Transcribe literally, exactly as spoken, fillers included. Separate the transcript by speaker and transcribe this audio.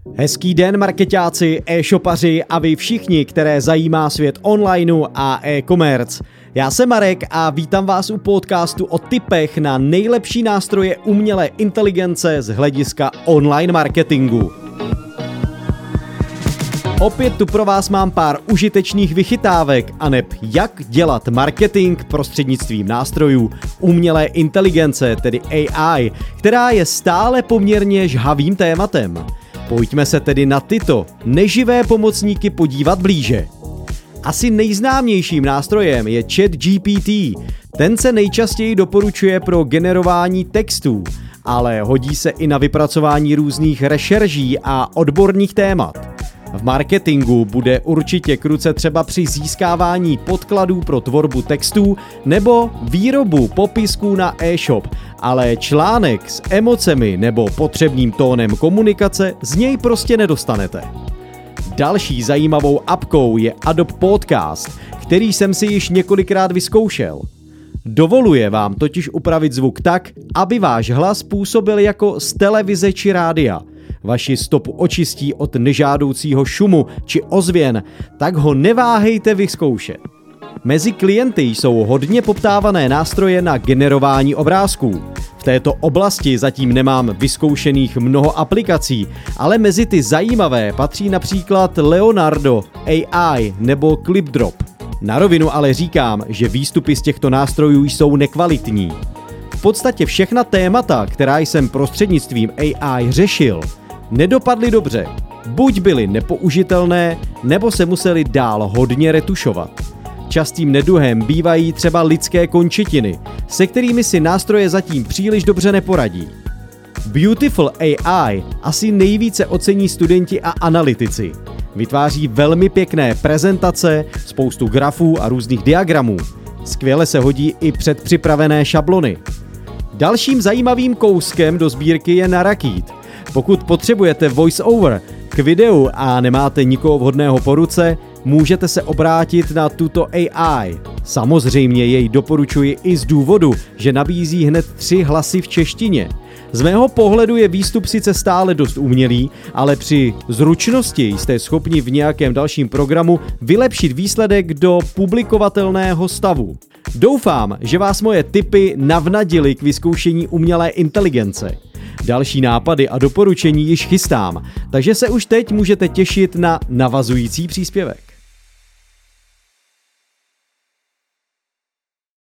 Speaker 1: Hezký den, markeťáci, e-shopaři a vy všichni, které zajímá svět onlineu a e-commerce. Já jsem Marek a vítám vás u podcastu o tipech na nejlepší nástroje umělé inteligence z hlediska online marketingu. Opět tu pro vás mám pár užitečných vychytávek aneb jak dělat marketing prostřednictvím nástrojů umělé inteligence, tedy A I, která je stále poměrně žhavým tématem. Pojďme se tedy na tyto neživé pomocníky podívat blíže. Asi nejznámějším nástrojem je ChatGPT. Ten se nejčastěji doporučuje pro generování textů, ale hodí se i na vypracování různých rešerží a odborných témat. V marketingu bude určitě kruce třeba při získávání podkladů pro tvorbu textů nebo výrobu popisků na e-shop, ale článek s emocemi nebo potřebným tónem komunikace z něj prostě nedostanete. Další zajímavou apkou je Adobe Podcast, který jsem si již několikrát vyzkoušel. Dovoluje vám totiž upravit zvuk tak, aby váš hlas působil jako z televize či rádia. Vaši stopu očistí od nežádoucího šumu či ozvěn, tak ho neváhejte vyzkoušet. Mezi klienty jsou hodně poptávané nástroje na generování obrázků. V této oblasti zatím nemám vyzkoušených mnoho aplikací, ale mezi ty zajímavé patří například Leonardo A I nebo ClipDrop. Na rovinu ale říkám, že výstupy z těchto nástrojů jsou nekvalitní. V podstatě všechna témata, která jsem prostřednictvím A I řešil, nedopadly dobře. Buď byly nepoužitelné, nebo se museli dál hodně retušovat. Častým neduhem bývají třeba lidské končetiny, se kterými si nástroje zatím příliš dobře neporadí. Beautiful A I asi nejvíce ocení studenti a analytici. Vytváří velmi pěkné prezentace, spoustu grafů a různých diagramů. Skvěle se hodí i předpřipravené šablony. Dalším zajímavým kouskem do sbírky je Narakit. Pokud potřebujete voice-over k videu a nemáte nikoho vhodného po ruce, můžete se obrátit na tuto A I. Samozřejmě jej doporučuji i z důvodu, že nabízí hned tři hlasy v češtině. Z mého pohledu je výstup sice stále dost umělý, ale při zručnosti jste schopni v nějakém dalším programu vylepšit výsledek do publikovatelného stavu. Doufám, že vás moje tipy navnadily k vyzkoušení umělé inteligence. Další nápady a doporučení již chystám, takže se už teď můžete těšit na navazující příspěvek.